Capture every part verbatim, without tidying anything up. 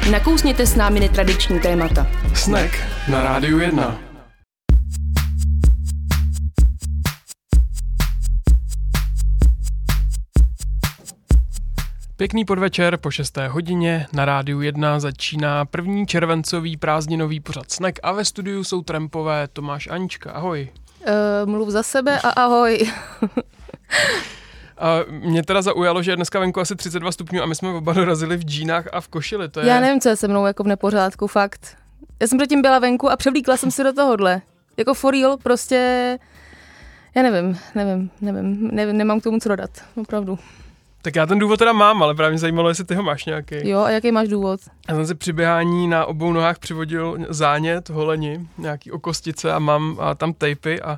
Nakousněte s námi netradiční témata. Snack na Rádiu jedna. Pěkný podvečer, po šesté hodině na Rádiu jedna začíná první červencový prázdninový pořad Snack a ve studiu jsou trampové Tomáš a Anička. Ahoj. Uh, mluv za sebe a ahoj. A mě teda zaujalo, že je dneska venku asi třicet dva stupňů a my jsme oba dorazili v džínách a v košili. To je... Já nevím, co je se mnou jako v nepořádku, fakt. Já jsem předtím byla venku a převlíkla jsem si do tohohle. Jako for real, prostě... Já nevím, nevím, nevím, nevím, nemám k tomu co dodat, opravdu. Tak já ten důvod teda mám, ale právě mě zajímalo, jestli ty ho máš nějaký. Jo, a jaký máš důvod? Já jsem si při běhání na obou nohách přivodil zánět, holeni, nějaký okostice a mám a tam tejpy a...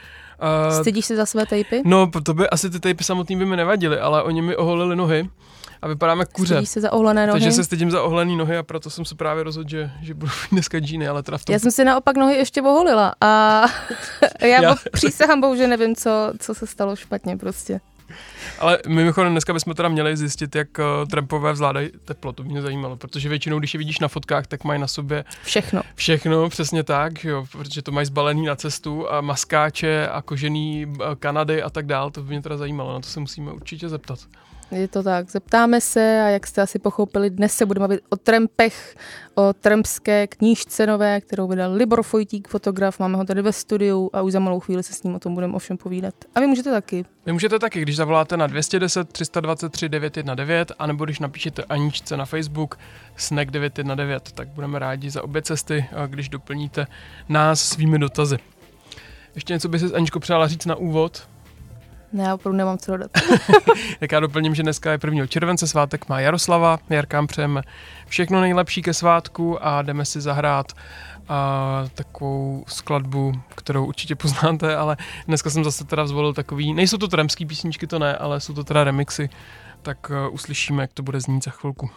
a Stydíš si za své tejpy? No, to by asi ty tejpy samotný by mi nevadily, ale oni mi oholili nohy a vypadám jak kuře. Stydíš se za oholené nohy? Takže se stydím za oholené nohy a proto jsem se právě rozhodl, že, že budu dneska džíny, ale teda v tom... Já jsem si naopak nohy ještě oholila a já, já. přísahám bohu, že nevím, co, co se stalo špatně prostě. Ale mimochodem dneska bychom teda měli zjistit, jak uh, trampové zvládají teplo, to by mě zajímalo, protože většinou, když je vidíš na fotkách, tak mají na sobě všechno. Všechno, přesně tak, jo, protože to mají zbalený na cestu a maskáče a kožený uh, Kanady a tak dál, to by mě teda zajímalo, na to se musíme určitě zeptat. Je to tak, zeptáme se a jak jste asi pochopili, dnes se budeme bavit o trampech, o trampské knížce nové, kterou vydal Libor Fojtík, fotograf, máme ho tady ve studiu a už za malou chvíli se s ním o tom budeme ovšem povídat. A vy můžete taky. Vy můžete taky, když zavoláte na dvě stě deset, tři sta dvacet tři, devět jedna devět, anebo když napíšete Aničce na Facebook Snack devět jedna devět, tak budeme rádi za obě cesty, když doplníte nás svými dotazy. Ještě něco by si Aničko přála říct na úvod? Ne, já opravdu nemám co dodat. Tak já doplním, že dneska je prvního července, svátek má Jaroslava, Jarkám přejeme všechno nejlepší ke svátku a jdeme si zahrát a takovou skladbu, kterou určitě poznáte, ale dneska jsem zase teda zvolil takový, nejsou to trampský písničky, to ne, ale jsou to teda remixy, tak uh, uslyšíme, jak to bude znít za chvilku.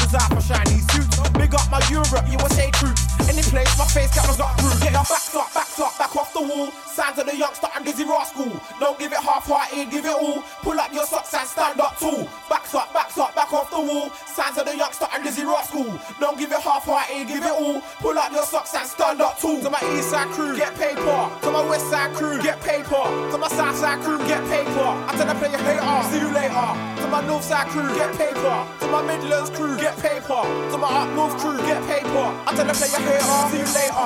Big up my Europe, U S A troops. Any place my face cameras got through. Get your back up, back the wall. Signs of the youngster and Lizzie Rock school. Don't give it half-hearted, give it all. Pull up your socks and stand up tall. To my east side crew, get paper. To my west side crew, get paper. To my south side crew, get paper. I tell the player hater, see you later. To my north side crew, get paper. To my Midlands crew, get paper. To my up north crew, get paper. I tell the player hater, see you later.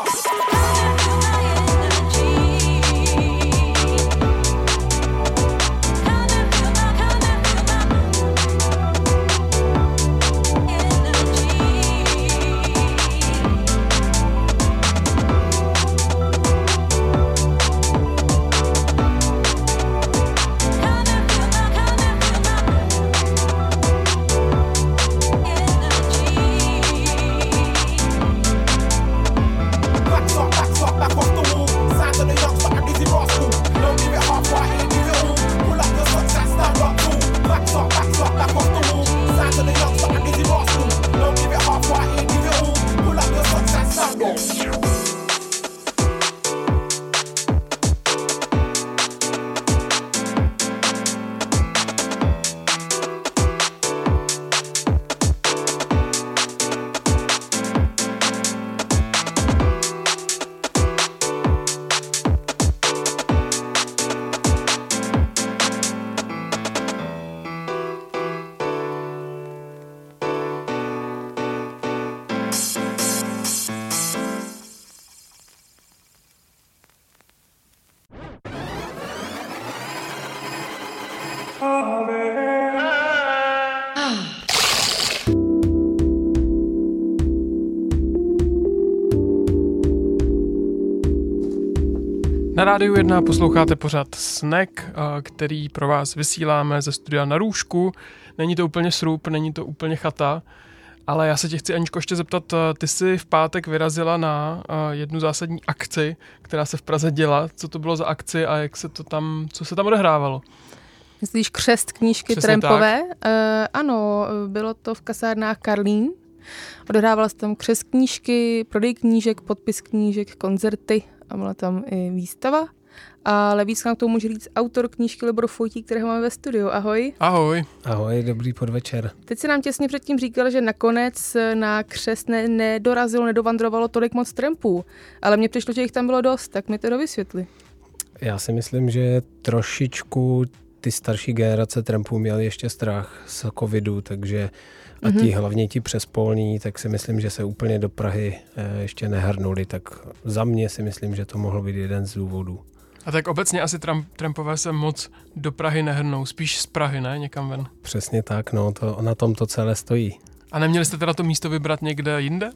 Na Rádiu jedna posloucháte pořad Snack, který pro vás vysíláme ze studia Na Růžku. Není to úplně srub, není to úplně chata, ale já se tě chci, Aničko, ještě zeptat, ty jsi v pátek vyrazila na jednu zásadní akci, která se v Praze děla. Co to bylo za akci a jak se to tam, co se tam odehrávalo? Myslíš křest knížky Přesně trampové? Uh, ano, bylo to v kasárnách Karlín. Odehrávala se tam křest knížky, prodej knížek, podpis knížek, koncerty a byla tam i výstava. Ale víc nám k tomu může říct autor knížky Libor Fojtík, kterého máme ve studiu. Ahoj. Ahoj. Ahoj, dobrý podvečer. Teď si nám těsně předtím říkal, že nakonec na křest ne, nedorazilo, nedovandrovalo tolik moc trampů, ale mně přišlo, že jich tam bylo dost, tak mi to dovysvětli. Já si myslím, že trošičku ty starší generace trampů měly ještě strach z covidu, takže a ti mm-hmm. hlavně ti přespolní, tak si myslím, že se úplně do Prahy ještě nehrnuli, tak za mě si myslím, že to mohl být jeden z důvodů. A tak obecně asi tram, trampové se moc do Prahy nehrnou, spíš z Prahy, ne? Někam ven. Přesně tak, no, to, na tom to celé stojí. A neměli jste teda to místo vybrat někde jinde?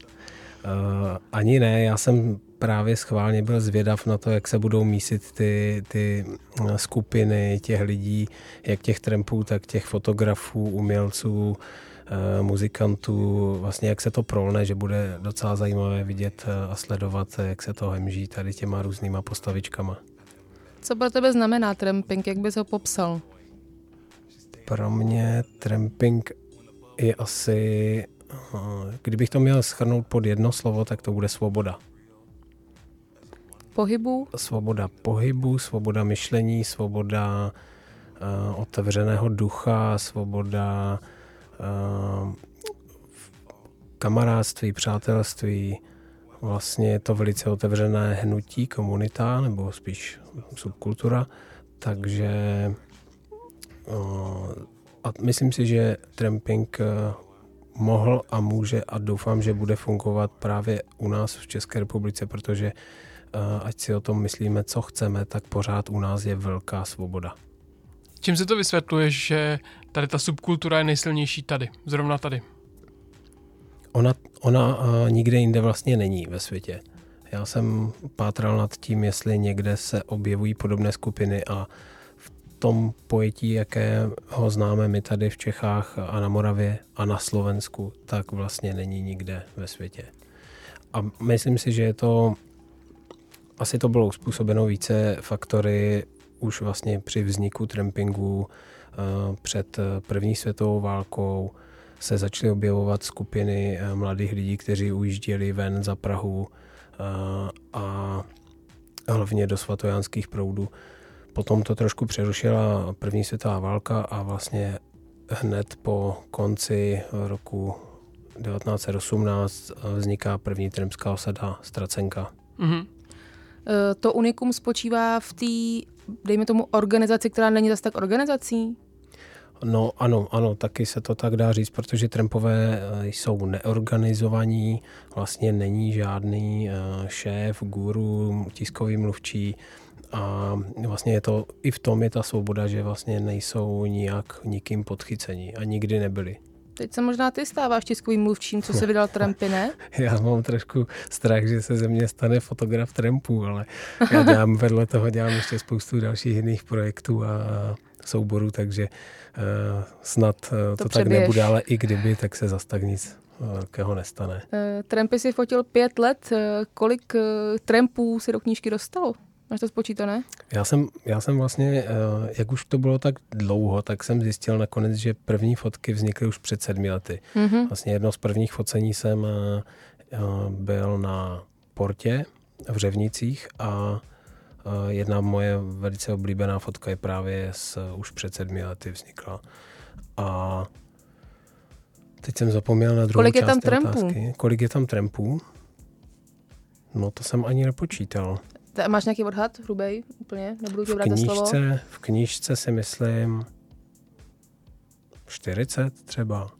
Uh, ani ne, já jsem právě schválně byl zvědav na to, jak se budou mísit ty, ty skupiny těch lidí, jak těch trampů, tak těch fotografů, umělců, uh, muzikantů, vlastně jak se to prolne, že bude docela zajímavé vidět a sledovat, jak se to hemží tady těma různýma postavičkama. Co pro tebe znamená tramping, jak bys ho popsal? Pro mě tramping je asi, kdybych to měl shrnout pod jedno slovo, tak to bude svoboda. Pohybu? Svoboda pohybu, svoboda myšlení, svoboda uh, otevřeného ducha, svoboda uh, kamarádství, přátelství. Vlastně je to velice otevřené hnutí, komunita, nebo spíš subkultura, takže uh, a myslím si, že tramping uh, mohl a může a doufám, že bude fungovat právě u nás v České republice, protože uh, ať si o tom myslíme, co chceme, tak pořád u nás je velká svoboda. Čím se to vysvětluješ, že tady ta subkultura je nejsilnější tady, zrovna tady? Ona, ona uh, nikde jinde vlastně není ve světě. Já jsem pátral nad tím, jestli někde se objevují podobné skupiny a v tom pojetí, jakého známe my tady v Čechách a na Moravě a na Slovensku, tak vlastně není nikde ve světě. A myslím si, že je to, asi to bylo způsobeno více faktory už vlastně při vzniku trampingu uh, před první světovou válkou, se začaly objevovat skupiny mladých lidí, kteří ujížděli ven za Prahu a hlavně do svatojánských proudů. Potom to trošku přerušila první světová válka a vlastně hned po konci roku devatenáct set osmnáct vzniká první trampská osada Ztracenka. Mhm. To unikum spočívá v té, dejme tomu, organizaci, která není zase tak organizací? No ano, ano, taky se to tak dá říct, protože trampové jsou neorganizovaní, vlastně není žádný šéf, guru, tiskový mluvčí a vlastně je to, i v tom je ta svoboda, že vlastně nejsou nijak nikým podchycení a nikdy nebyli. Teď se možná ty stáváš tiskovým mluvčím, co se vydal trampy, ne? Já mám trošku strach, že se ze mě stane fotograf trampů, ale já dělám vedle toho, dělám ještě spoustu dalších jiných projektů a souborů, takže uh, snad uh, to, to tak nebude, ale i kdyby, tak se zas tak nic velkého nestane. Uh, trampy si fotil pět let. Uh, kolik uh, trampů si do knížky dostalo? Máš to spočítané? Já jsem, já jsem vlastně, uh, jak už to bylo tak dlouho, tak jsem zjistil nakonec, že první fotky vznikly už před sedmi lety. Mm-hmm. Vlastně jedno z prvních focení jsem uh, uh, byl na Portě v Řevnicích a jedna moje velice oblíbená fotka je právě s, už před sedmi lety vznikla. A teď jsem zapomněl na druhou Kolik část je tam trampů? otázky. Kolik je tam trampů? No to jsem ani nepočítal. Ta, máš nějaký odhad, hrubej, úplně? Nebudu tě v brát za slovo. knížce, v knížce si myslím čtyřicet třeba.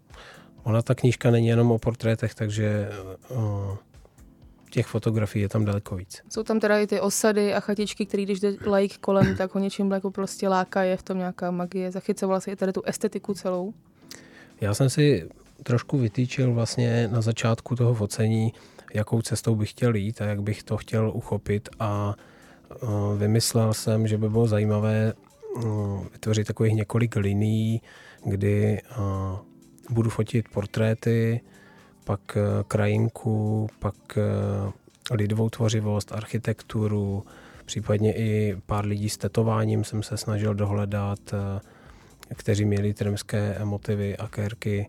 Ona ta knížka není jenom o portrétech, takže uh, těch fotografií je tam daleko víc. Jsou tam teda i ty osady a chatičky, který když jde like kolem, tak ho něčím jako prostě láká, je v tom nějaká magie. Zachycovala si i tady tu estetiku celou. Já jsem si trošku vytýčil vlastně na začátku toho focení, jakou cestou bych chtěl jít a jak bych to chtěl uchopit a uh, vymyslel jsem, že by bylo zajímavé uh, vytvořit takových několik linií, kdy uh, budu fotit portréty, pak uh, krajinku, pak uh, lidovou tvořivost, architekturu, případně i pár lidí s tetováním jsem se snažil dohledat, uh, kteří měli trampské motivy a kérky.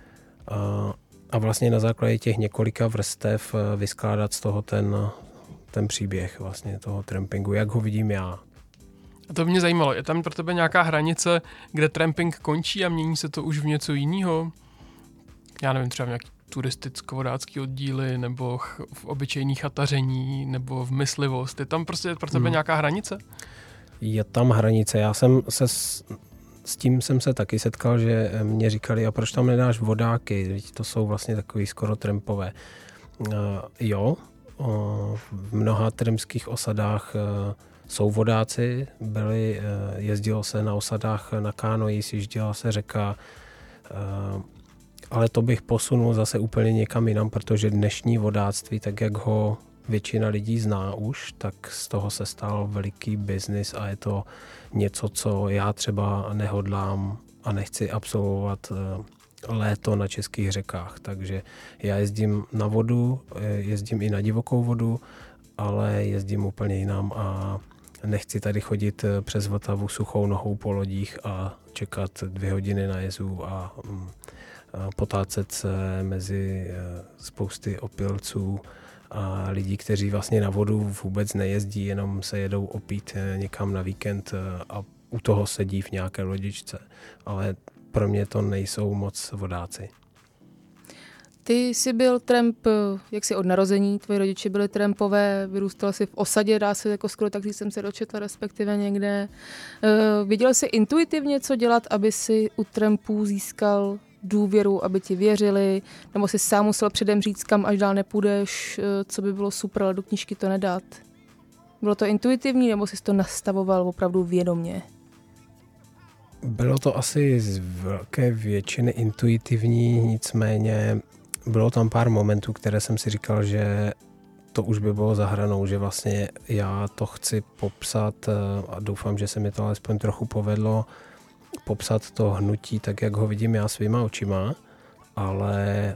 Uh, a vlastně na základě těch několika vrstev vyskládat z toho ten, ten příběh vlastně toho trampingu, jak ho vidím já. A to by mě zajímalo, je tam pro tebe nějaká hranice, kde tramping končí a mění se to už v něco jiného? Já nevím, třeba v nějaký turisticko-vodácký oddíly, nebo v obyčejný chataření, nebo v myslivost. Je tam prostě pro tebe hmm. nějaká hranice? Je tam hranice. Já jsem se... S... S tím jsem se taky setkal, že mě říkali, a proč tam nedáš vodáky, to jsou vlastně takový skoro trampové. Uh, jo, uh, v mnoha trampských osadách uh, jsou vodáci, byli, uh, jezdilo se na osadách na kánoji, sjížděla se řeka, uh, ale to bych posunul zase úplně někam jinam, protože dnešní vodáctví, tak jak ho většina lidí zná už, tak z toho se stal veliký biznis a je to něco, co já třeba nehodlám a nechci absolvovat léto na českých řekách. Takže já jezdím na vodu, jezdím i na divokou vodu, ale jezdím úplně jinam a nechci tady chodit přes Vltavu suchou nohou po lodích a čekat dvě hodiny na jezu a potácet se mezi spousty opilců a lidí, kteří vlastně na vodu vůbec nejezdí, jenom se jedou opít někam na víkend a u toho sedí v nějaké lodičce. Ale pro mě to nejsou moc vodáci. Ty jsi byl tramp, jak jsi od narození, tvoji rodiče byli trampové, vyrůstal jsi v osadě, dá se jako skoro tak, když jsem se dočetla, respektive někde. Uh, viděl jsi intuitivně, co dělat, aby si u trampů získal důvěru, aby ti věřili, nebo si sám musel předem říct, kam až dál nepůjdeš, co by bylo super, ale do knížky to nedat. Bylo to intuitivní, nebo jsi to nastavoval opravdu vědomě? Bylo to asi z velké většiny intuitivní, nicméně bylo tam pár momentů, které jsem si říkal, že to už by bylo za hranou, že vlastně já to chci popsat a doufám, že se mi to alespoň trochu povedlo, popsat to hnutí tak, jak ho vidím já svýma očima, ale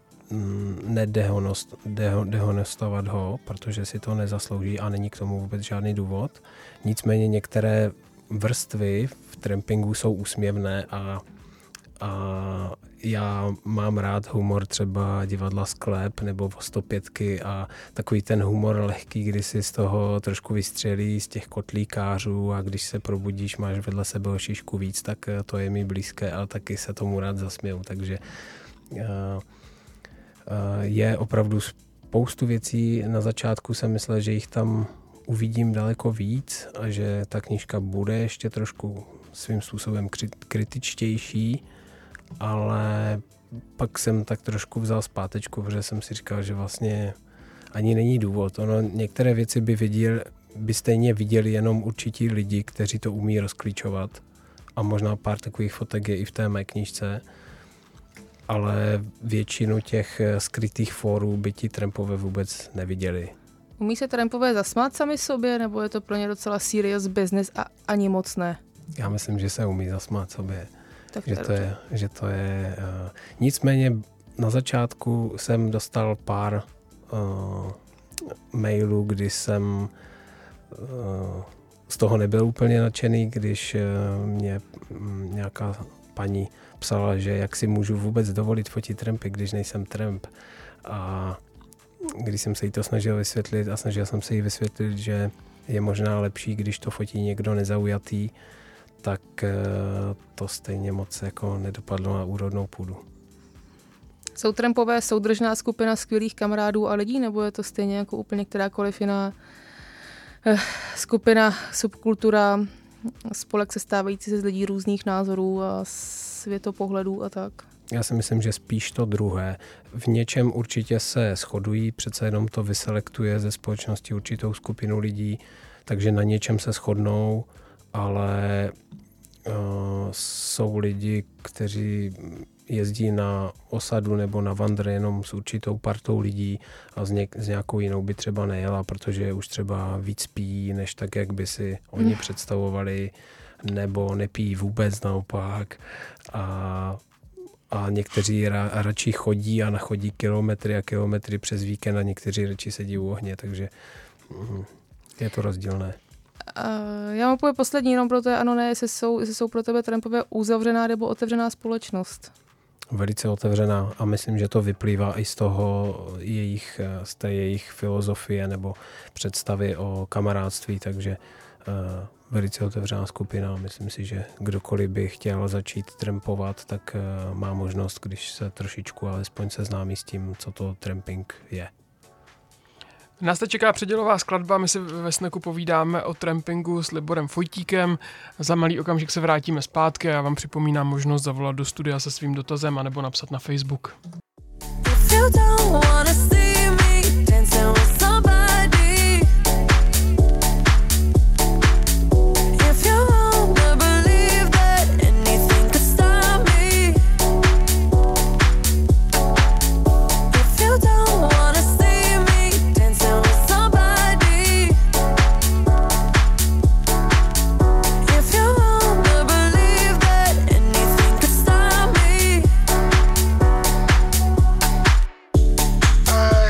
nedehonestovat ho, protože si to nezaslouží a není k tomu vůbec žádný důvod. Nicméně některé vrstvy v trampingu jsou úsměvné a, a já mám rád humor třeba divadla Sklep nebo sto pět a takový ten humor lehký, kdy si z toho trošku vystřelí z těch kotlíkářů a když se probudíš, máš vedle sebe o šišku víc, tak to je mi blízké a taky se tomu rád zasměju. Takže uh, uh, je opravdu spoustu věcí. Na začátku jsem myslel, že jich tam uvidím daleko víc a že ta knížka bude ještě trošku svým způsobem kritičtější, ale pak jsem tak trošku vzal zpátečku, protože jsem si říkal, že vlastně ani není důvod. Ono, některé věci by, viděl, by stejně viděli jenom určití lidi, kteří to umí rozklíčovat a možná pár takových fotek je i v té mé knížce, ale většinu těch skrytých fórů by ti trampové vůbec neviděli. Umí se trampové zasmát sami sobě, nebo je to pro ně docela serious business a ani moc ne? Já myslím, že se umí zasmát sobě. Tak že, to je, že to je... Uh, nicméně na začátku jsem dostal pár uh, mailů, kdy jsem uh, z toho nebyl úplně nadšený, když uh, mě um, nějaká paní psala, že jak si můžu vůbec dovolit fotit trampy, když nejsem tramp. A když jsem se jí to snažil vysvětlit a snažil jsem se jí vysvětlit, že je možná lepší, když to fotí někdo nezaujatý, tak to stejně moc jako nedopadlo na úrodnou půdu. Jsou trampové soudržná skupina skvělých kamarádů a lidí, nebo je to stejně jako úplně kterákoliv jiná eh, skupina, subkultura, spolek sestávající se z lidí různých názorů a světopohledů a tak? Já si myslím, že spíš to druhé. V něčem určitě se shodují, přece jenom to vyselektuje ze společnosti určitou skupinu lidí, takže na něčem se shodnou, ale uh, jsou lidi, kteří jezdí na osadu nebo na vandr jenom s určitou partou lidí a s, něk- s nějakou jinou by třeba nejela, protože už třeba víc pijí, než tak, jak by si oni mm. představovali, nebo nepijí vůbec naopak. A A někteří ra, radši chodí a nachodí kilometry a kilometry přes víkend a někteří radši sedí u ohně, takže mm, je to rozdílné. Uh, já mám pově poslední, jenom pro to je ano, ne, jestli jsou, jestli jsou pro tebe trampové uzavřená nebo otevřená společnost. Velice otevřená a myslím, že to vyplývá i z toho jejich, z té jejich filozofie nebo představy o kamarádství, takže uh, velice otevřená skupina. Myslím si, že kdokoliv by chtěl začít trampovat, tak uh, má možnost, když se trošičku alespoň seznámí s tím, co to tramping je. Nás teď čeká předělová skladba, my si ve Sneku povídáme o trampingu s Liborem Fojtíkem. Za malý okamžik se vrátíme zpátky a já vám připomínám možnost zavolat do studia se svým dotazem anebo napsat na Facebook. I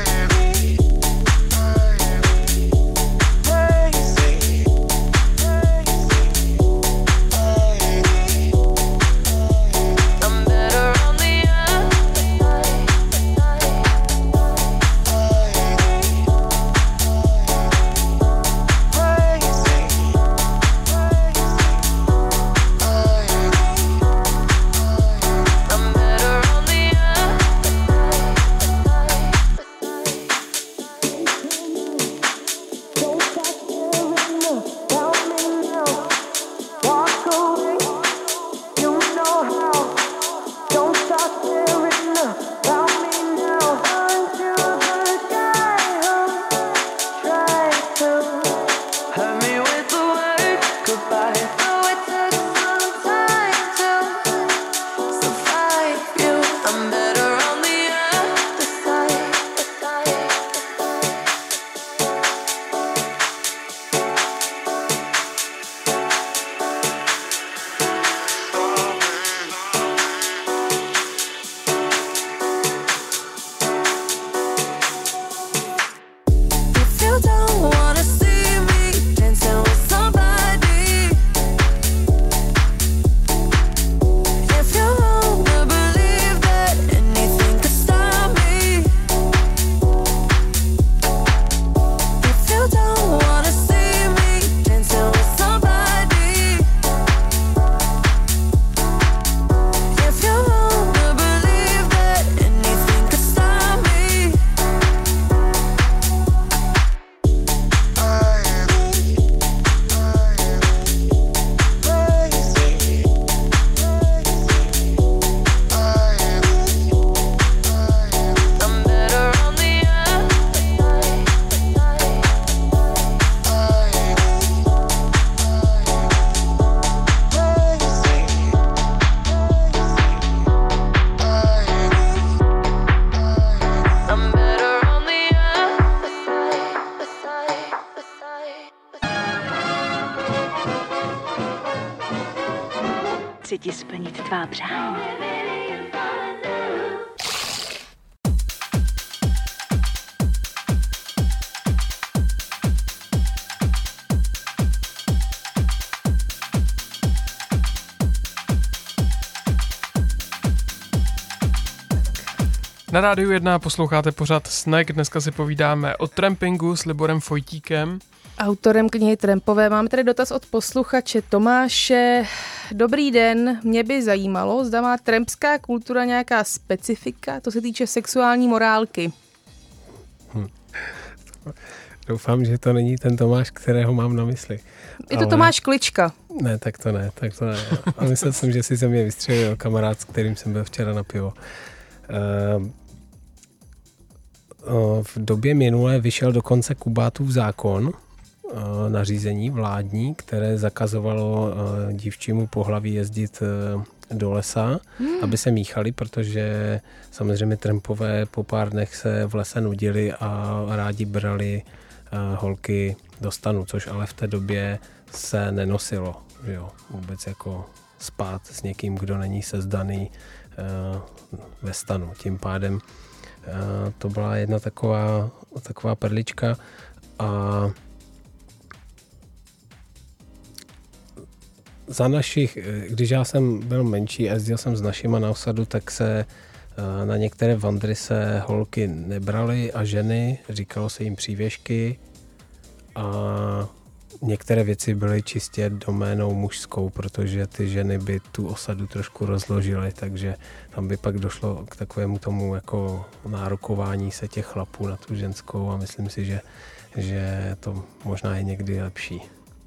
Chci ti splnit tvá přání. Na Rádiu jedna posloucháte pořad Snack. Dneska si povídáme o trampingu s Liborem Fojtíkem. Autorem knihy Trampové. Máme tady dotaz od posluchače Tomáše. Dobrý den, mě by zajímalo, zda má trampská kultura nějaká specifika, to se týče sexuální morálky. Hm. Doufám, že to není ten Tomáš, kterého mám na mysli. Je to Ale... Tomáš Klička. Ne, tak to ne, tak to ne. A myslel jsem, že si ze mě vystřelil kamarád, s kterým jsem byl včera na pivo. Uh, v době minulé vyšel dokonce Kubátův zákon, nařízení vládní, které zakazovalo dívčímu pohlaví jezdit do lesa, hmm. aby se míchali, protože samozřejmě trampové po pár dnech se v lese nudili a rádi brali holky do stanu, což ale v té době se nenosilo. Jo, vůbec jako spát s někým, kdo není sezdaný ve stanu. Tím pádem to byla jedna taková, taková perlička a za našich, když já jsem byl menší a jezdil jsem s našima na osadu, tak se na některé vandry se holky nebraly a ženy, říkalo se jim přívěšky a některé věci byly čistě doménou mužskou, protože ty ženy by tu osadu trošku rozložily, takže tam by pak došlo k takovému tomu jako nárokování se těch chlapů na tu ženskou a myslím si, že, že to možná je někdy lepší.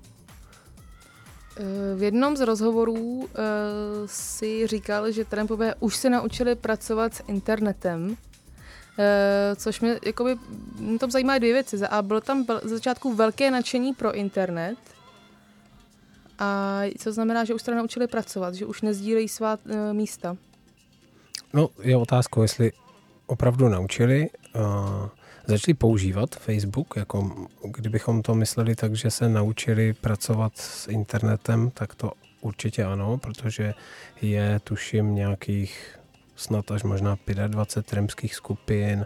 V jednom z rozhovorů uh, si říkal, že trampové už se naučili pracovat s internetem, uh, což mě, jakoby, mě tam zajímají dvě věci. A bylo tam z začátku velké nadšení pro internet. A co znamená, že už se naučili pracovat, že už nezdílejí svá uh, místa? No, je otázkou, jestli opravdu naučili. Uh, začali používat Facebook, jako kdybychom to mysleli tak, že se naučili pracovat s internetem, tak to určitě ano, protože je tuším nějakých snad až možná dvacet pět trampských skupin.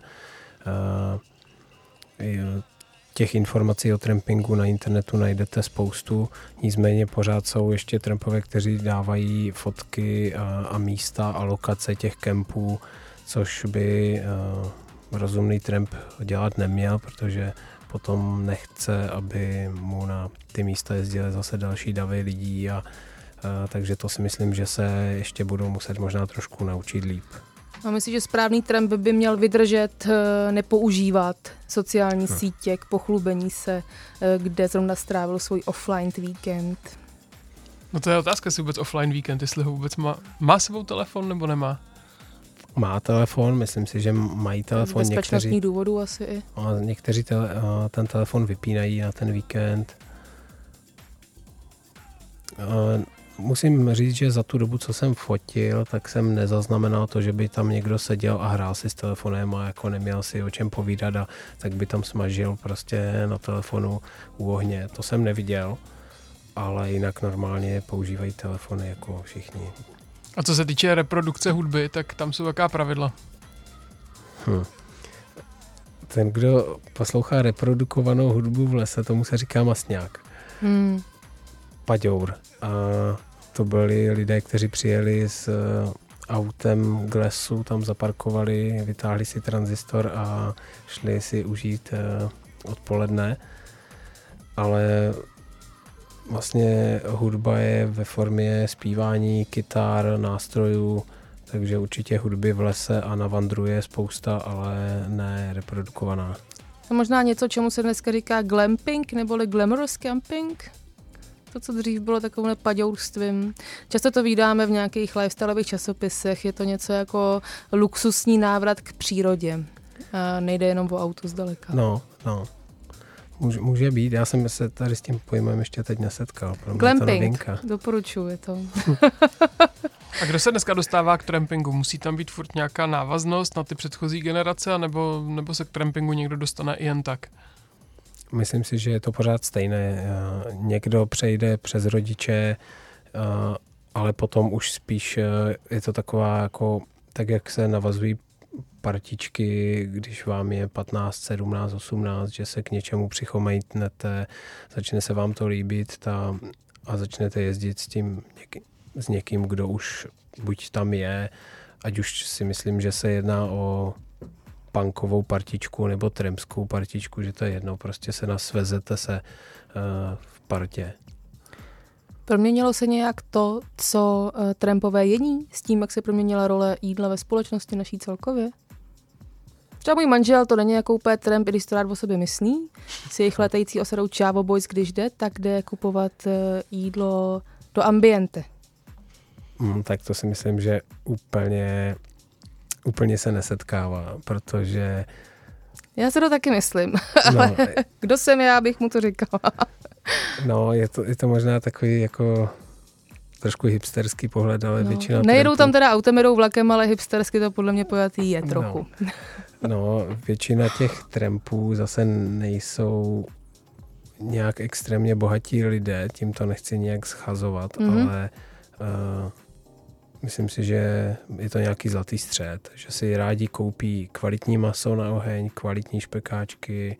Těch informací o trampingu na internetu najdete spoustu, nicméně pořád jsou ještě trampové, kteří dávají fotky a, a místa a lokace těch kempů, což by rozumný tramp dělat neměl, protože potom nechce, aby mu na ty místa jezdili zase další davy lidí a, a takže to si myslím, že se ještě budou muset možná trošku naučit líp. A myslím, že správný tramp by měl vydržet nepoužívat sociální hm. sítě k pochlubení se, kde zrovna strávil svůj offline víkend. No to je otázka, jestli vůbec offline víkend, jestli ho vůbec má, má sebou telefon nebo nemá? Má telefon, myslím si, že mají telefon. Z bezpečnostních někteří, důvodů asi i. A někteří tele, a ten telefon vypínají na ten víkend. A musím říct, že za tu dobu, co jsem fotil, tak jsem nezaznamenal to, že by tam někdo seděl a hrál si s telefonem a jako neměl si o čem povídat a tak by tam smažil prostě na telefonu u ohně. To jsem neviděl, ale jinak normálně používají telefony jako všichni. A co se týče reprodukce hudby, tak tam jsou jaká pravidla? Hm. Ten, kdo poslouchá reprodukovanou hudbu v lese, tomu se říká masňák. Hmm. Paďour. A to byli lidé, kteří přijeli s autem k lesu, tam zaparkovali, vytáhli si tranzistor a šli si užít odpoledne. Ale vlastně hudba je ve formě zpívání, kytar, nástrojů, takže určitě hudby v lese a na vandru je spousta, ale ne reprodukovaná. A možná něco, čemu se dneska říká glamping, neboli glamorous camping? To, co dřív bylo takovým paďourstvím. Často to vídáme v nějakých lifestyleových časopisech, je to něco jako luxusní návrat k přírodě. A nejde jenom o auto zdaleka. No, no. Může, může být, já jsem se tady s tím pojmem ještě teď nesetkal. Glamping, doporučuji je to. A kdo se dneska dostává k trampingu? Musí tam být furt nějaká návaznost na ty předchozí generace, nebo, nebo se k trampingu někdo dostane i jen tak? Myslím si, že je to pořád stejné. Někdo přejde přes rodiče ale potom už spíš je to taková jako, tak jak se navazují partičky, když vám je patnáct, sedmnáct, osmnáct, že se k něčemu přichomejtnete, začne se vám to líbit ta, a začnete jezdit s tím někým, s někým, kdo už buď tam je, ať už si myslím, že se jedná o punkovou partičku nebo trampskou partičku, že to je jedno, prostě se nasvezete se uh, v partě. Proměnilo se nějak to, co uh, trampové jedí, s tím, jak se proměnila role jídla ve společnosti naší celkově? Třeba můj manžel to není jako úplně tramp, i když to rád o sobě myslí. S jejich letající osadou Chavo Boys, když jde, tak jde kupovat uh, jídlo do ambiente. Mm, tak to si myslím, že úplně, úplně se nesetkává, protože... Já se to taky myslím, ale no, kdo jsem já, abych mu to říkala. No, je to, je to možná takový jako trošku hipsterský pohled, ale no, většina... Nejedou trampů... tam teda autem, jedou vlakem, ale hipstersky to podle mě pojatý je trochu. No, no většina těch trampů zase nejsou nějak extrémně bohatí lidé, tím to nechci nějak schazovat, mm-hmm. ale uh, myslím si, že je to nějaký zlatý střed, že si rádi koupí kvalitní maso na oheň, kvalitní špekáčky,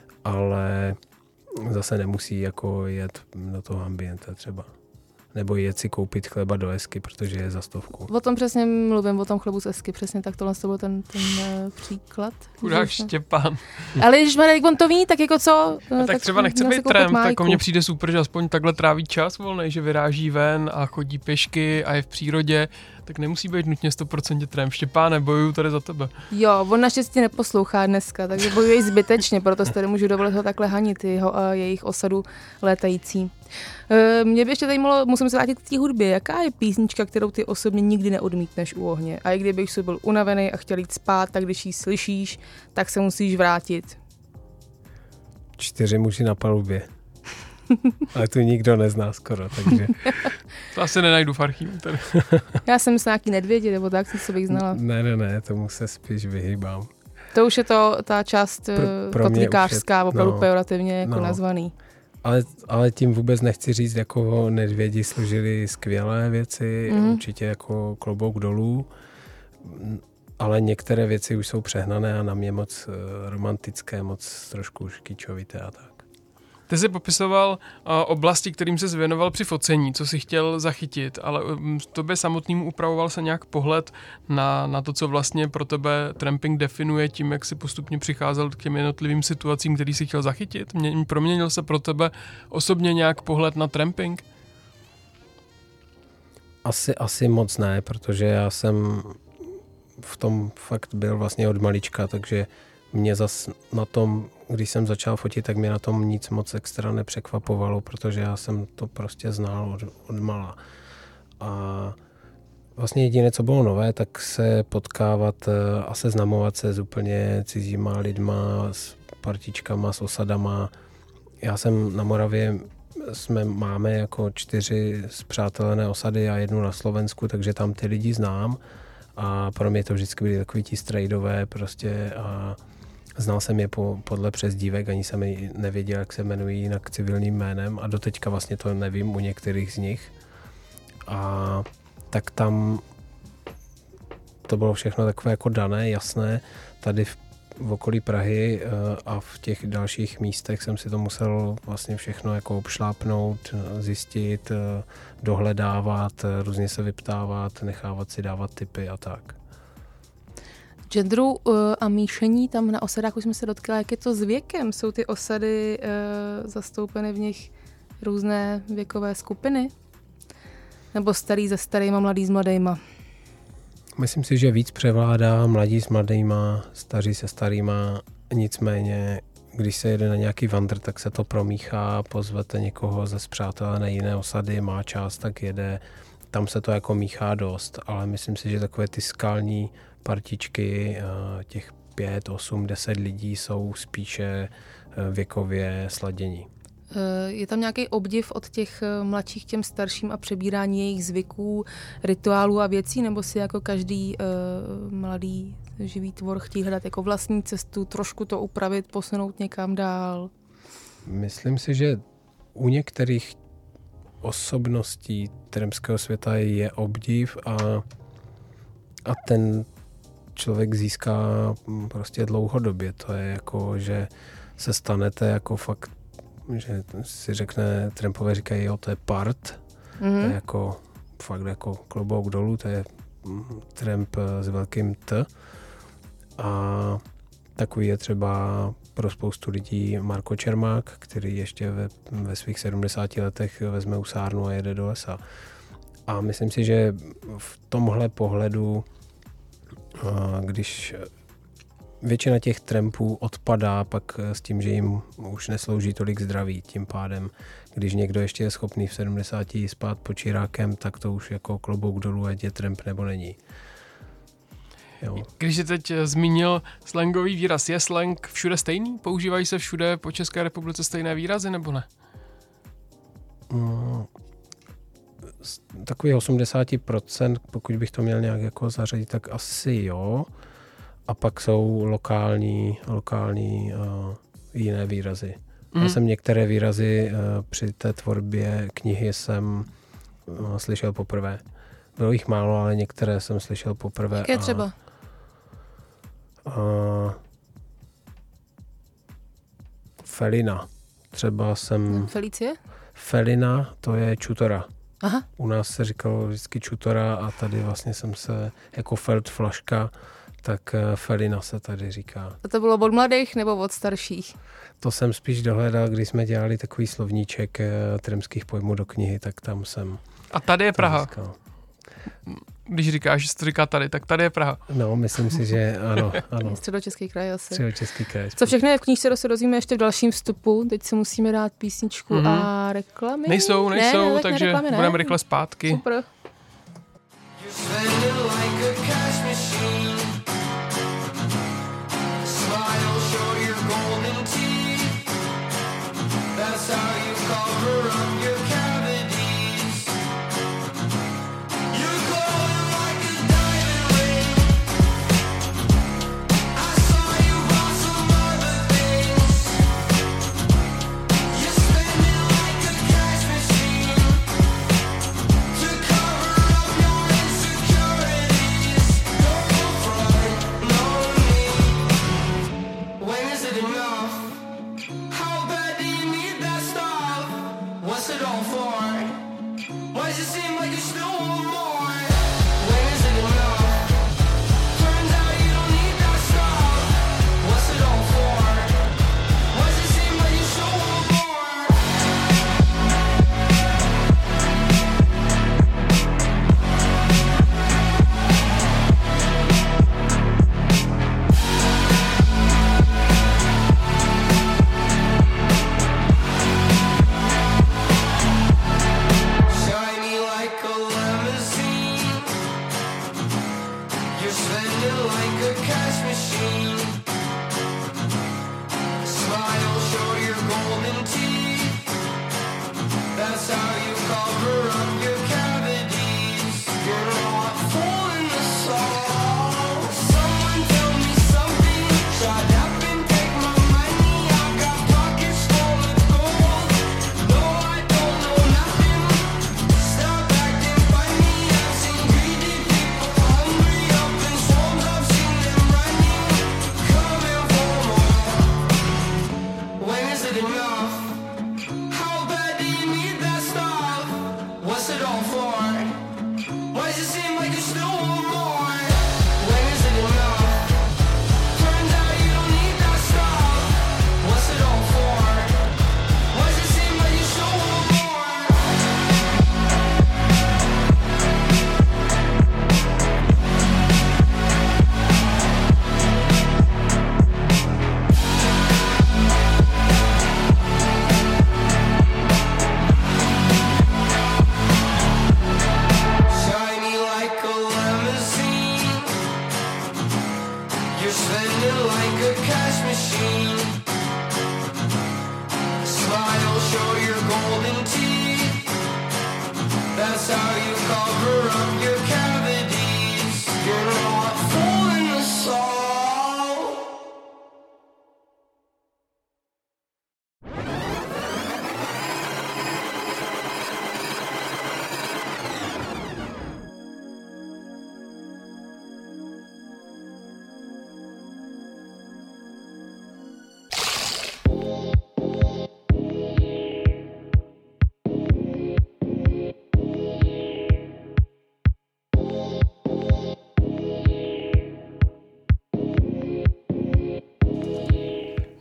ale zase nemusí jako jet do toho ambiente třeba. Nebo jet si koupit chleba do esky, protože je za stovku. O tom přesně mluvím, o tom chlebu z esky, přesně tak tohle byl ten, ten uh, příklad. Chudák Štěpán. Ale když Marek on to ví, tak jako co? No, tak, tak třeba nechce být tramp, tak o mně přijde super, že aspoň takhle tráví čas volnej, že vyráží ven a chodí pěšky a je v přírodě, tak nemusí být nutně sto procent tramp. Štěpáne, bojuju tady za tebe. Jo, on naštěstí neposlouchá dneska, takže bojuje zbytečně, proto si tady můžu dovolit ho takhle hanit, jeho a jejich osadu létající. Mě by ještě zajímalo, musím se vrátit k té hudbě. Jaká je písnička, kterou ty osobně nikdy neodmítneš u ohně? A i kdybych si byl unavený a chtěl jít spát, tak když ji slyšíš, tak se musíš vrátit. Čtyři muži na palubě. Ale tu nikdo nezná skoro, takže... To asi nenajdu v archivu. Já jsem s nějaký Nedvědi, nebo tak, co bych znala. Ne, ne, ne, tomu se spíš vyhýbám. To už je to ta část kotlikářská, opravdu no, pejorativně jako no. nazvaný. Ale, ale tím vůbec nechci říct, jako Nedvědi složili skvělé věci, mm. určitě jako klobouk dolů, ale některé věci už jsou přehnané a na mě moc romantické, moc trošku škýčovité a tak. Ty jsi popisoval uh, oblasti, kterým se zvěnoval při focení, co jsi chtěl zachytit, ale um, tobě samotnému upravoval se nějak pohled na, na to, co vlastně pro tebe tramping definuje tím, jak jsi postupně přicházel k těm jednotlivým situacím, který jsi chtěl zachytit? Mě, proměnil se pro tebe osobně nějak pohled na tramping? Asi, asi moc ne, protože já jsem v tom fakt byl vlastně od malička, takže mě zas na tom, když jsem začal fotit, tak mě na tom nic moc extra nepřekvapovalo, protože já jsem to prostě znal od, od mala. A vlastně jediné, co bylo nové, tak se potkávat a seznamovat se s úplně cizíma lidma, s partičkama, s osadama. Já jsem na Moravě, jsme, máme jako čtyři spřátelené osady a jednu na Slovensku, takže tam ty lidi znám. A pro mě to vždycky byly takový ti strejdové prostě a znal jsem je po, podle přezdívek, ani jsem nevěděl, jak se jmenují jinak civilním jménem a doteďka vlastně to nevím u některých z nich. A tak tam to bylo všechno takové jako dané, jasné. Tady v, v okolí Prahy a v těch dalších místech jsem si to musel vlastně všechno jako obšlápnout, zjistit, dohledávat, různě se vyptávat, nechávat si dávat tipy a tak. Genderu uh, a míšení tam na osadách už jsme se dotkli, jak je to s věkem? Jsou ty osady uh, zastoupeny v nich různé věkové skupiny? Nebo starý se starýma, mladý s mladýma? Myslím si, že víc převládá mladí s mladýma, staří se starýma, nicméně když se jede na nějaký vandr, tak se to promíchá, pozvete někoho ze spřátelené jiné osady, má čas, tak jede, tam se to jako míchá dost, ale myslím si, že takové ty skalní partičky, těch pět, osm, deset lidí jsou spíše věkově sladění. Je tam nějaký obdiv od těch mladších k těm starším a přebírání jejich zvyků, rituálů a věcí, nebo si jako každý uh, mladý živý tvor chtějí hledat jako vlastní cestu, trošku to upravit, posunout někam dál? Myslím si, že u některých osobností tramského světa je obdiv a, a ten člověk získá prostě dlouhodobě. To je jako, že se stanete jako fakt, že si řekne, trampové říkají, jo, to je part, mm-hmm. to je jako fakt jako klobouk dolů, to je tramp s velkým T. A takový je třeba pro spoustu lidí Marko Čermák, který ještě ve, ve svých sedmdesáti letech vezme usárnu a jede do lesa. A myslím si, že v tomhle pohledu, když většina těch trampů odpadá pak s tím, že jim už neslouží tolik zdraví, tím pádem, když někdo ještě je schopný v sedmdesáti spát pod čirákem, tak to už jako klobouk dolů, ať je tramp nebo není. Jo. Když jsi teď zmínil slangový výraz, je slang všude stejný? Používají se všude po České republice stejné výrazy, nebo ne? Mm, takový osmdesát procent, pokud bych to měl nějak jako zařadit, tak asi jo. A pak jsou lokální, lokální uh, jiné výrazy. Mm. Já jsem některé výrazy uh, při té tvorbě knihy jsem uh, slyšel poprvé. Bylo jich málo, ale některé jsem slyšel poprvé. Jaké třeba? Uh, Felina. Třeba jsem... Felicie? Felina, to je čutora. Aha. U nás se říkalo vždycky čutora a tady vlastně jsem se jako felt flaška, tak Felina se tady říká. A to bylo od mladých nebo od starších? To jsem spíš dohledal, když jsme dělali takový slovníček tramských pojmů do knihy, tak tam jsem... A tady je Praha. Říkal. Když říkáš, že se to říká tady, tak tady je Praha. No, myslím si, že ano. ano. Středočeský kraj asi. Středočeský kraj. Co všechno je v knížce, se dozvíme ještě v dalším vstupu. Teď si musíme dát písničku mm-hmm. a reklamy. Nejsou, nejsou, ne, ne, takže reklamy, ne. budeme rychle zpátky. Super. Shiny like a lemon.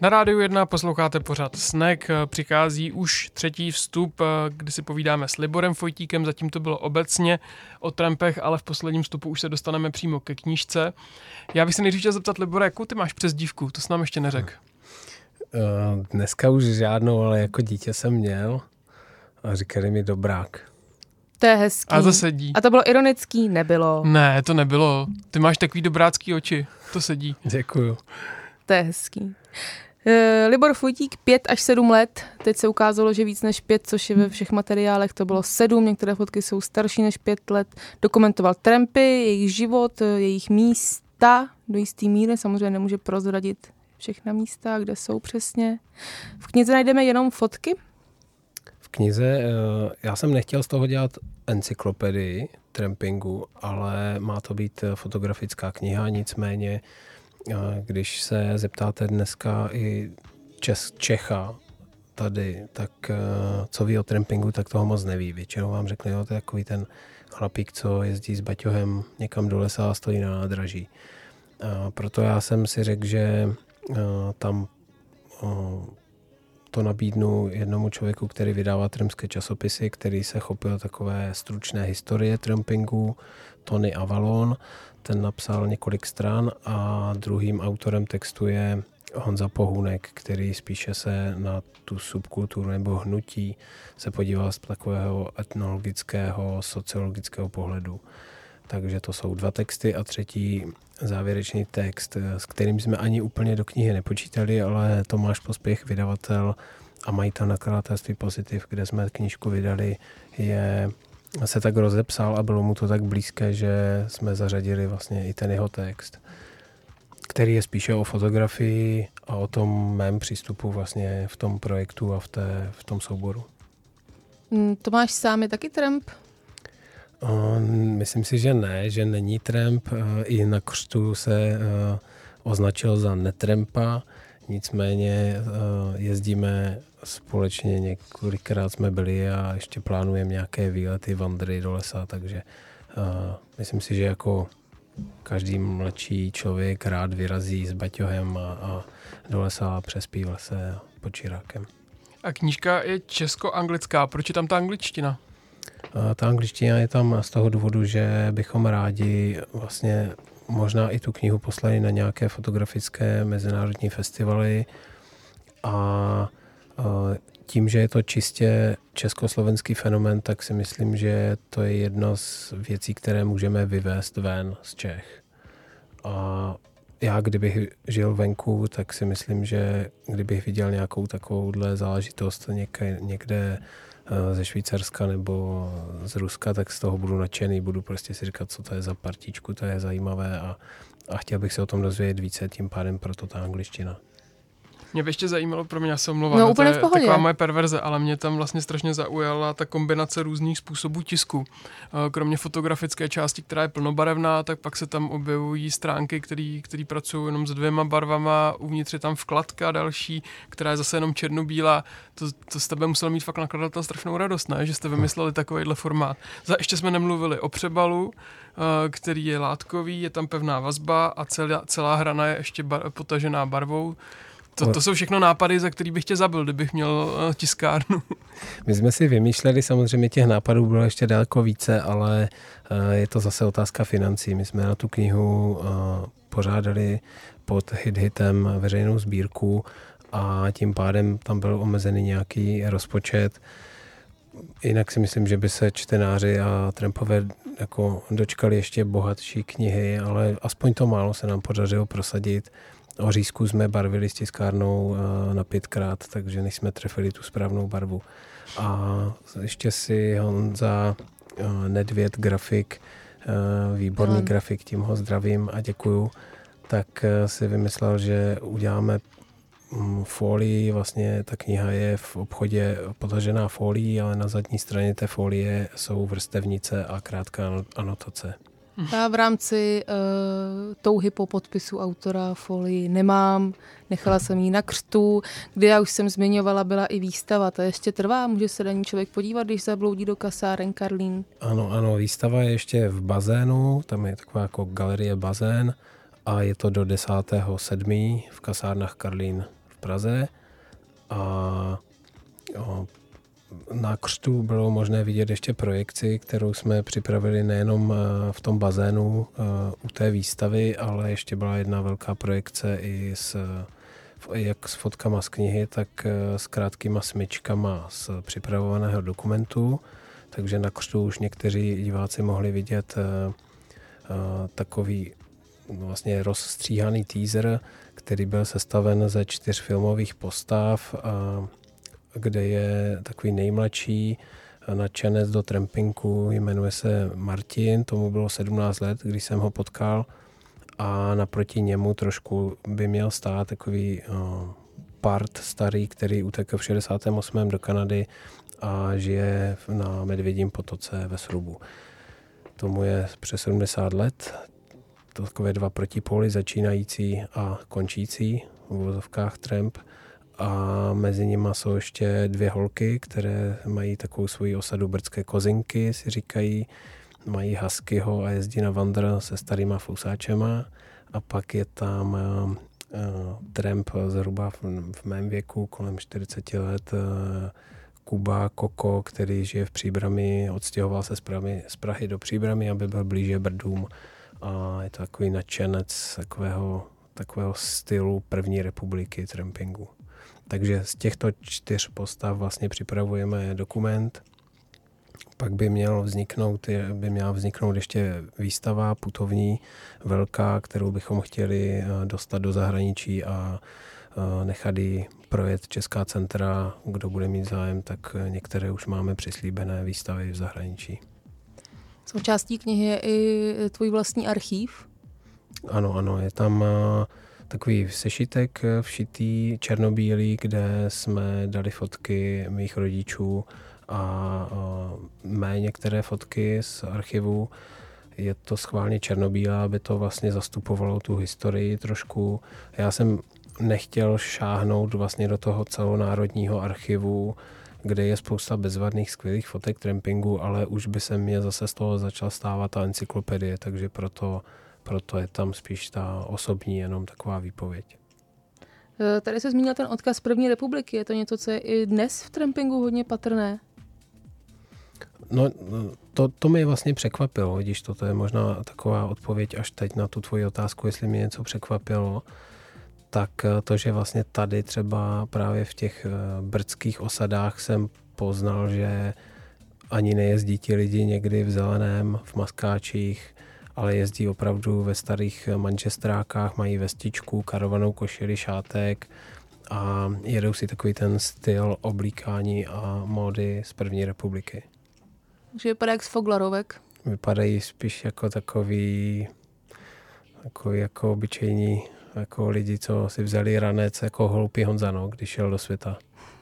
Na Rádiu jedna posloucháte pořad Snack, přichází už třetí vstup, kdy si povídáme s Liborem Fojtíkem, zatím to bylo obecně o trampech, ale v posledním vstupu už se dostaneme přímo ke knížce. Já bych se nejdřív chtěl zeptat, Libore, jakou ty máš přezdívku, to jsi nám ještě neřekl. Dneska už žádnou, ale jako dítě jsem měl a říkali mi Dobrák. To je hezký. A to sedí. A to bylo ironický? Nebylo. Ne, to nebylo. Ty máš takový dobrácký oči, to sedí. Děkuju. To je hezký. Libor Fojtík, pět až sedm let. Teď se ukázalo, že víc než pět, což je ve všech materiálech, to bylo sedm. Některé fotky jsou starší než pět let. Dokumentoval trampy, jejich život, jejich místa do jistý míry. Samozřejmě nemůže prozradit všechna místa, kde jsou přesně. V knize najdeme jenom fotky? V knize, já jsem nechtěl z toho dělat encyklopedii trampingu, ale má to být fotografická kniha, nicméně když se zeptáte dneska i Čes, Čecha tady, tak co ví o trampingu, tak toho moc neví. Většinou vám řekne, jo, to je takový ten chlapík, co jezdí s baťohem někam do lesa a stojí na nádraží. A proto já jsem si řekl, že tam to nabídnu jednomu člověku, který vydává trampské časopisy, který se chopil takové stručné historie trampingu, Tony Avalon. Ten napsal několik stran a druhým autorem textu je Honza Pohůnek, který spíše se na tu subkulturu nebo hnutí se podíval z takového etnologického, sociologického pohledu. Takže to jsou dva texty a třetí závěrečný text, s kterým jsme ani úplně do knihy nepočítali, ale Tomáš Pospěch, vydavatel a majitel nakladatelství Pozitiv, kde jsme knížku vydali, je, se tak rozepsal a bylo mu to tak blízké, že jsme zařadili vlastně i ten jeho text, který je spíše o fotografii a o tom mém přístupu vlastně v tom projektu a v, té, v tom souboru. Tomáš sám je taky tramp? Myslím si, že ne, že není tramp. I na křtu se označil za netrampa, nicméně jezdíme společně, několikrát jsme byli a ještě plánujeme nějaké výlety, vandry do lesa, takže myslím si, že jako každý mladší člověk rád vyrazí s baťohem a, a do lesa a přespí v lese pod čirákem. A knížka je česko-anglická, proč je tam ta angličtina? Ta angličtina je tam z toho důvodu, že bychom rádi vlastně možná i tu knihu poslali na nějaké fotografické mezinárodní festivaly a tím, že je to čistě československý fenomén, tak si myslím, že to je jedna z věcí, které můžeme vyvést ven z Čech. A já, kdybych žil venku, tak si myslím, že kdybych viděl nějakou takovouhle záležitost někde, někde ze Švýcarska nebo z Ruska, tak z toho budu nadšený, budu prostě si říkat, co to je za partičku, to je zajímavé a, a chtěl bych se o tom dozvědět více, tím pádem proto ta angličtina. Mě by ještě zajímalo, pro mě, já se omlouvám, no, to je taková moje perverze, ale mě tam vlastně strašně zaujala ta kombinace různých způsobů tisku. Kromě fotografické části, která je plnobarevná, tak pak se tam objevují stránky, které pracují jenom s dvěma barvama, uvnitř je tam vkladka další, která je zase jenom černobílá. To, to z tebe musel mít fakt nakladatel strašnou radost, ne? Že jste vymysleli takovýhle formát. Za ještě jsme nemluvili o přebalu, který je látkový, je tam pevná vazba a celá, celá hrana je ještě bar, potažená barvou. To, to jsou všechno nápady, za který bych tě zabil, kdybych měl uh, tiskárnu. My jsme si vymýšleli, samozřejmě těch nápadů bylo ještě daleko více, ale uh, je to zase otázka financí. My jsme na tu knihu uh, pořádali pod Hit Hitem veřejnou sbírku a tím pádem tam byl omezený nějaký rozpočet. Jinak si myslím, že by se čtenáři a trampové jako dočkali ještě bohatší knihy, ale aspoň to málo se nám podařilo prosadit. Ořízku jsme barvili s tiskárnou na pětkrát, takže než jsme trefili tu správnou barvu. A ještě si Honza Nedvěd, grafik, výborný no. grafik, tím ho zdravím a děkuju, tak si vymyslel, že uděláme folii, vlastně ta kniha je v obchodě potažená folií, ale na zadní straně té folie jsou vrstevnice a krátká anotace. Já v rámci uh, touhy po podpisu autora folii nemám, nechala jsem ji na křtu, kde já už jsem zmiňovala, byla i výstava, ta ještě trvá, může se na ní člověk podívat, když zabloudí do kasáren Karlín. Ano, ano, výstava je ještě v bazénu, tam je taková jako galerie bazén a je to do desátého sedmého v kasárnách Karlín v Praze a o, na křtu bylo možné vidět ještě projekci, kterou jsme připravili nejenom v tom bazénu u té výstavy, ale ještě byla jedna velká projekce i s, jak s fotkama z knihy, tak s krátkýma smyčkama z připravovaného dokumentu. Takže na křtu už někteří diváci mohli vidět takový vlastně rozstříhaný teaser, který byl sestaven ze čtyř filmových postav, kde je takový nejmladší nadšenec do trampinku, jmenuje se Martin, tomu bylo sedmnáct let, když jsem ho potkal a naproti němu trošku by měl stát takový part starý, který utekl v šedesátém osmém do Kanady a žije na Medvědím potoce ve Srubu. Tomu je přes sedmdesát let, takové dva protipóly, začínající a končící v uvozovkách tramp. A mezi nimi jsou ještě dvě holky, které mají takovou svoji osadu brdské kozinky, si říkají, mají huskyho a jezdí na vandr se starýma fousáčema. A pak je tam uh, uh, tramp zhruba v, v mém věku, kolem čtyřicet let, uh, Kuba Koko, který žije v Příbrami, odstěhoval se z Prahy, z Prahy do Příbrami, aby byl blíže Brdům. A je to takový nadšenec takového, takového stylu první republiky trampingu. Takže z těchto čtyř postav vlastně připravujeme dokument. Pak by měl vzniknout, by měla vzniknout ještě výstava putovní velká, kterou bychom chtěli dostat do zahraničí a nechat ji projet Česká centra. Kdo bude mít zájem, tak některé už máme přislíbené výstavy v zahraničí. Součástí knihy je i tvůj vlastní archív? Ano, ano, je tam takový sešitek všitý černobílý, kde jsme dali fotky mých rodičů a mé některé fotky z archivu. Je to schválně černobílé, aby to vlastně zastupovalo tu historii trošku. Já jsem nechtěl šáhnout vlastně do toho celonárodního archivu, kde je spousta bezvadných skvělých fotek trampingu, ale už by se mě zase z toho začala stávat ta encyklopedie, takže proto Proto je tam spíš ta osobní jenom taková výpověď. Tady se zmínil ten odkaz první republiky. Je to něco, co je i dnes v trampingu hodně patrné? No, to, to mě vlastně překvapilo. Vidíš, toto je možná taková odpověď až teď na tu tvoji otázku, jestli mě něco překvapilo. Tak to, že vlastně tady třeba právě v těch brdských osadách jsem poznal, že ani nejezdí ti lidi někdy v zeleném, v maskáčích, ale jezdí opravdu ve starých manchestrákách, mají vestičku, karovanou košili, šátek a jedou si takový ten styl oblíkání a módy z první republiky. Takže vypadá jak z Foglarovek. Vypadají spíš jako takový, jako, jako obyčejní jako lidi, co si vzali ranec jako hloupý Honzano, když šel do světa.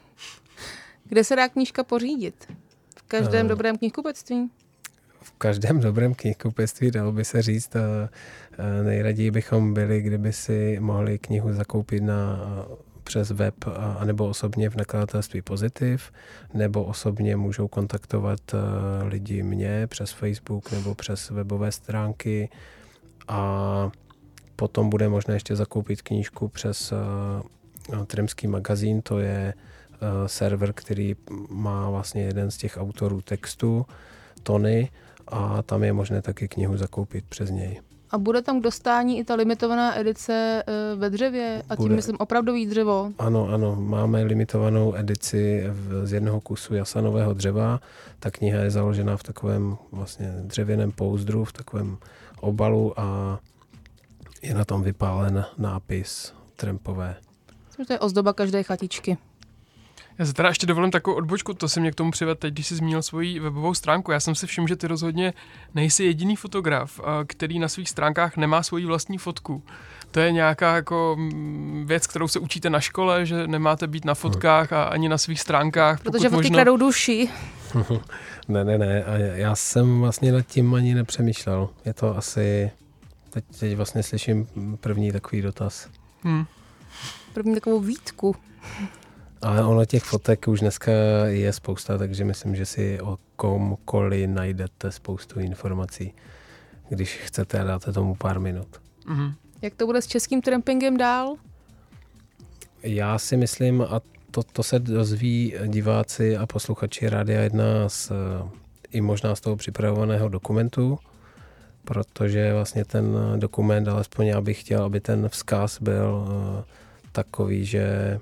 Kde se dá knížka pořídit? V každém uh. dobrém knihkupectví? V každém dobrém knihkupectví, dalo by se říct. Nejraději bychom byli, kdyby si mohli knihu zakoupit na, přes web anebo osobně v nakladatelství Pozitiv, nebo osobně můžou kontaktovat lidi mě přes Facebook nebo přes webové stránky a potom bude možné ještě zakoupit knížku přes Trampský magazín, to je server, který má vlastně jeden z těch autorů textu, Tony, a tam je možné taky knihu zakoupit přes něj. A bude tam k dostání i ta limitovaná edice ve dřevě? A tím bude. Myslím opravdový dřevo? Ano, ano. Máme limitovanou edici z jednoho kusu jasanového dřeva. Ta kniha je založena v takovém vlastně dřevěném pouzdru, v takovém obalu a je na tom vypálen nápis trampové. To je ozdoba každé chatičky. Já se teda ještě dovolím takovou odbočku, to si mě k tomu přivedl teď, když jsi zmínil svoji webovou stránku. Já jsem si všiml, že ty rozhodně nejsi jediný fotograf, který na svých stránkách nemá svoji vlastní fotku. To je nějaká jako věc, kterou se učíte na škole, že nemáte být na fotkách a ani na svých stránkách. Protože fotky možno... kladou duši. ne, ne, ne. A já jsem vlastně nad tím ani nepřemýšlel. Je to asi... Teď, teď vlastně slyším první takový dotaz. Hmm. První takovou výtku. Ale ono těch fotek už dneska je spousta, takže myslím, že si o komkoliv najdete spoustu informací, když chcete a dáte tomu pár minut. Mm-hmm. Jak to bude s českým trampingem dál? Já si myslím, a to, to se dozví diváci a posluchači Rádia jedna z, i možná z toho připravovaného dokumentu, protože vlastně ten dokument, alespoň já bych chtěl, aby ten vzkaz byl uh, takový, že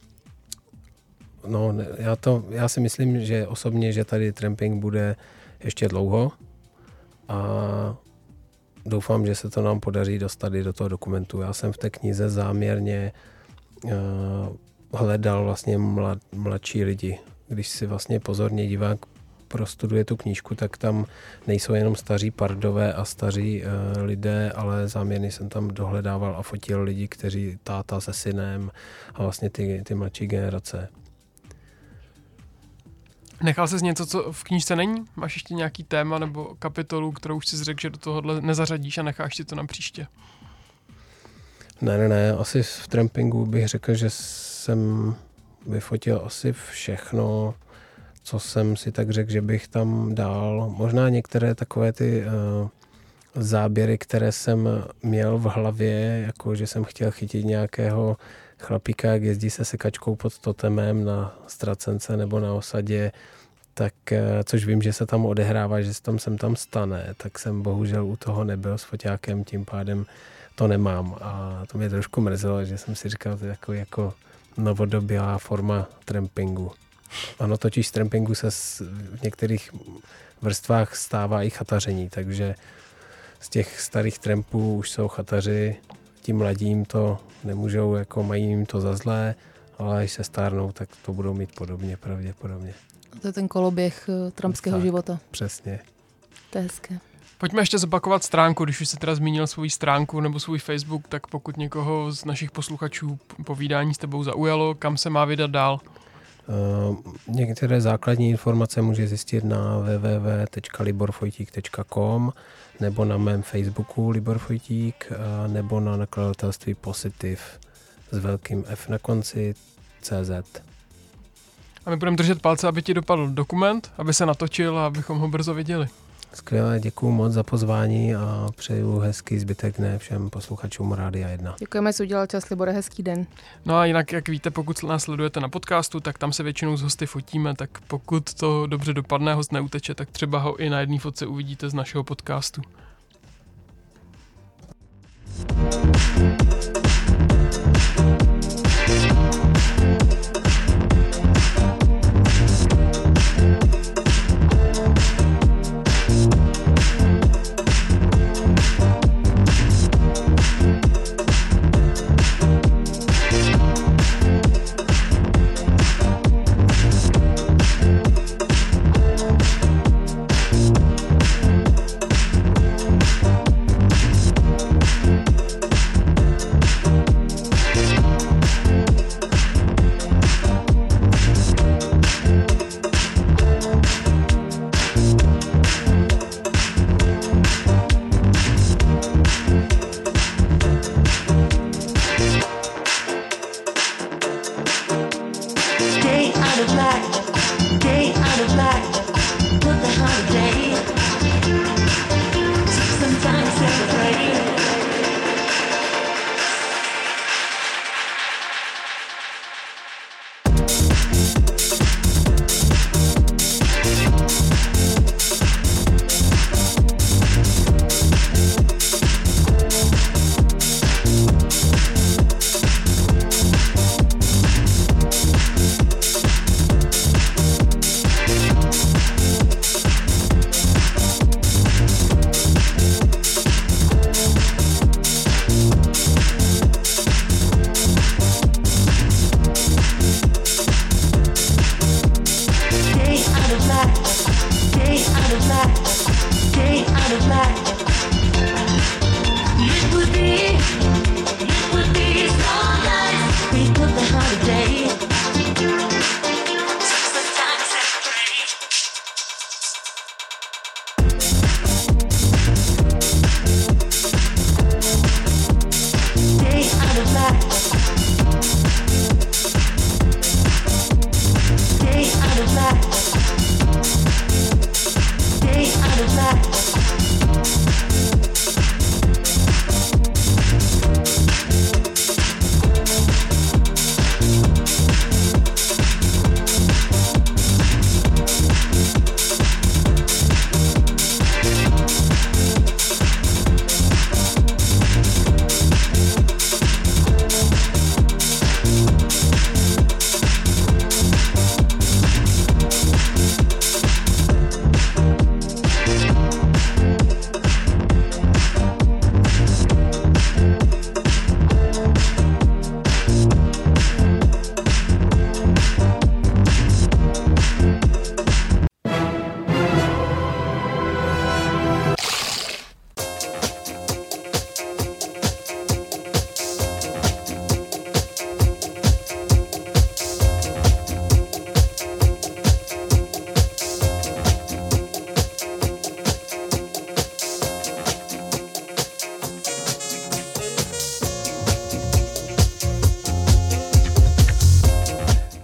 no, já, to, já si myslím, že osobně, že tady tramping bude ještě dlouho a doufám, že se to nám podaří dostat i do toho dokumentu. Já jsem v té knize záměrně uh, hledal vlastně mlad, mladší lidi. Když si vlastně pozorně divák prostuduje tu knížku, tak tam nejsou jenom staří pardové a staří uh, lidé, ale záměrně jsem tam dohledával a fotil lidi, kteří táta se synem a vlastně ty, ty mladší generace. Nechal jsi něco, co v knížce není? Máš ještě nějaký téma nebo kapitolu, kterou už jsi řekl, že do tohohle nezařadíš a necháš si to na příště? Ne, ne, ne. Asi v trampingu bych řekl, že jsem vyfotil asi všechno, co jsem si tak řekl, že bych tam dal. Možná některé takové ty uh, záběry, které jsem měl v hlavě, jako že jsem chtěl chytit nějakého chlapíka, jak jezdí se sekačkou pod totemem na ztracence nebo na osadě, tak, což vím, že se tam odehrává, že se tam sem tam stane, tak jsem bohužel u toho nebyl s foťákem, tím pádem to nemám. A to mě trošku mrzelo, že jsem si říkal, to je jako, jako novodobá forma trampingu. Ano, totiž z trampingu se v některých vrstvách stává i chataření, takže z těch starých trampů už jsou chataři, tím mladým to nemůžou, jako mají jim to za zlé, ale až se stárnou, tak to budou mít podobně, pravděpodobně. To je ten koloběh trampského tak, života. Přesně. To je hezké. Pojďme ještě zopakovat stránku, když už jsi teda zmínil svou stránku nebo svůj Facebook, tak pokud někoho z našich posluchačů povídání s tebou zaujalo, kam se má vydat dál? Uh, některé základní informace může zjistit na w w w tečka libor fojtík tečka com nebo na mém Facebooku Libor Fojtík nebo na nakladatelství Positiv s velkým F na konci C Z. A my budeme držet palce, aby ti dopadl dokument, aby se natočil a abychom ho brzo viděli. Skvěle, děkuju moc za pozvání a přeju hezký zbytek dne všem posluchačům Rádia jedna. Děkujeme, že jsi udělal čas, Libore, hezký den. No a jinak, jak víte, pokud nás sledujete na podcastu, tak tam se většinou s hosty fotíme, tak pokud to dobře dopadne, host neuteče, tak třeba ho i na jedné fotce uvidíte z našeho podcastu. Day out of life.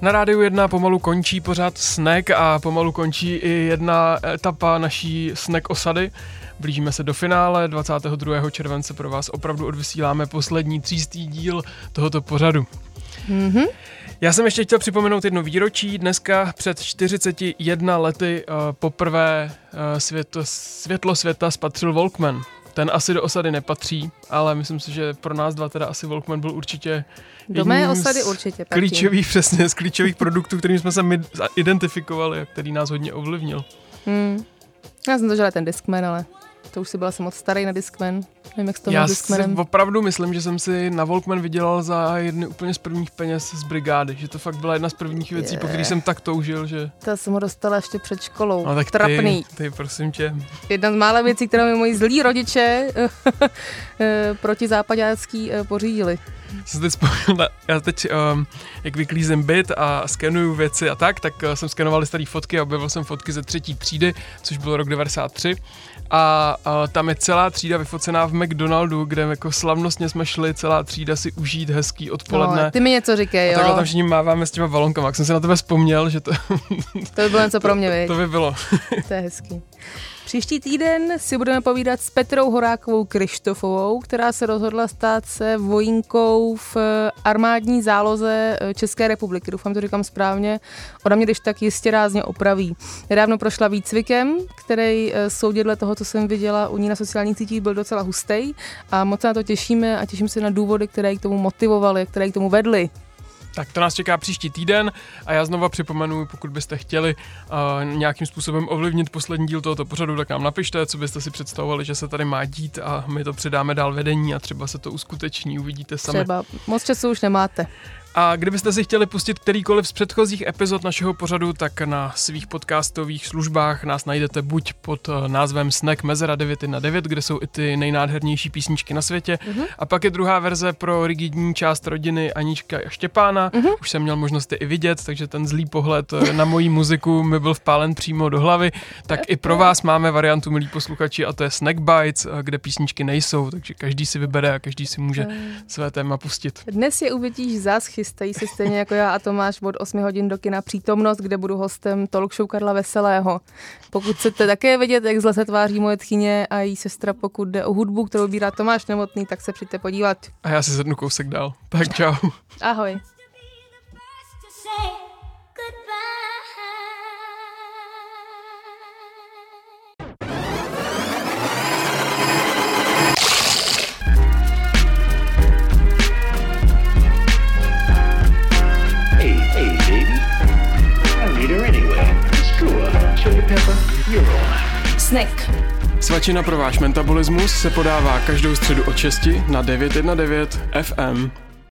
Na Rádiu jedna pomalu končí pořád Snack a pomalu končí i jedna etapa naší Snack osady. Blížíme se do finále, dvacátého druhého července pro vás opravdu odvysíláme poslední třístý díl tohoto pořadu. Mhm. Já jsem ještě chtěl připomenout jedno výročí. Dneska před čtyřiceti jedna lety uh, poprvé uh, světlo, světlo světa spatřil Walkman. Ten asi do osady nepatří, ale myslím si, že pro nás dva teda asi Walkman byl určitě do mé osady určitě patří. Klíčových, přesně, z klíčových produktů, kterým jsme se my identifikovali a který nás hodně ovlivnil. Hmm. Já jsem to žila ten Discman, ale to už si byla jsem moc starý na Discman. Nevím, jak to Já má si Discmanem. opravdu myslím, že jsem si na Walkman vydělal za jedny úplně z prvních peněz z brigády. Že to fakt byla jedna z prvních věcí, Je. po který jsem tak toužil, že... To jsem ho dostala ještě před školou. No tak Trapný. ty, ty, prosím tě. Jedna z mála věcí, které mi moji zlí rodiče proti západácký pořídili. Jsem teď vzpomněl, já teď, um, jak vyklízím byt a skenuju věci a tak, tak uh, jsem skenoval staré fotky a objevil jsem fotky ze třetí třídy, což byl rok devadesát tři. A uh, tam je celá třída vyfocená v McDonaldu, kde jako slavnostně jsme šli celá třída si užít hezký odpoledne. No, ty mi něco říkej, a jo. takhle tam všichni máváme s těma balonkama. Jak jsem si na tebe vzpomněl, že to... to by bylo něco pro mě, to, to by bylo. To je hezký. Příští týden si budeme povídat s Petrou Horákovou Krištofovou, která se rozhodla stát se vojínkou v armádní záloze České republiky. Doufám, to říkám správně. Ona mě když tak jistě rázně opraví. Nedávno prošla výcvikem, který soudě dle toho, co jsem viděla u ní na sociálních sítích, byl docela hustý a moc se na to těšíme a těším se na důvody, které ji k tomu motivovaly, které ji k tomu vedly. Tak to nás čeká příští týden a já znova připomenu, pokud byste chtěli uh, nějakým způsobem ovlivnit poslední díl tohoto pořadu, tak nám napište, co byste si představovali, že se tady má dít a my to předáme dál vedení a třeba se to uskuteční, uvidíte sami. Třeba moc času už nemáte. A kdybyste si chtěli pustit kterýkoliv z předchozích epizod našeho pořadu, tak na svých podcastových službách nás najdete buď pod názvem Snack Mezera devět jedna devět, kde jsou i ty nejnádhernější písničky na světě. Mm-hmm. A pak je druhá verze pro rigidní část rodiny Anička a Štěpána. Mm-hmm. Už jsem měl možnost je i vidět, takže ten zlý pohled na moji muziku mi byl vpálen přímo do hlavy. Tak i pro vás máme variantu, milí posluchači, a to je Snack Bites, kde písničky nejsou, takže každý si vybere a každý si může své téma pustit. Dnes je uvidíš zás, chystají se stejně jako já a Tomáš od osmi hodin do kina Přítomnost, kde budu hostem talk show Karla Veselého. Pokud chcete také vidět, jak zle se tváří moje tchyně a její sestra, pokud jde o hudbu, kterou vybírá Tomáš Novotný, tak se přijďte podívat. A já si sednu kousek dál. Tak čau. Ahoj. Snack. Svačina pro váš metabolismus se podává každou středu od šesti na devět jedna devět F M.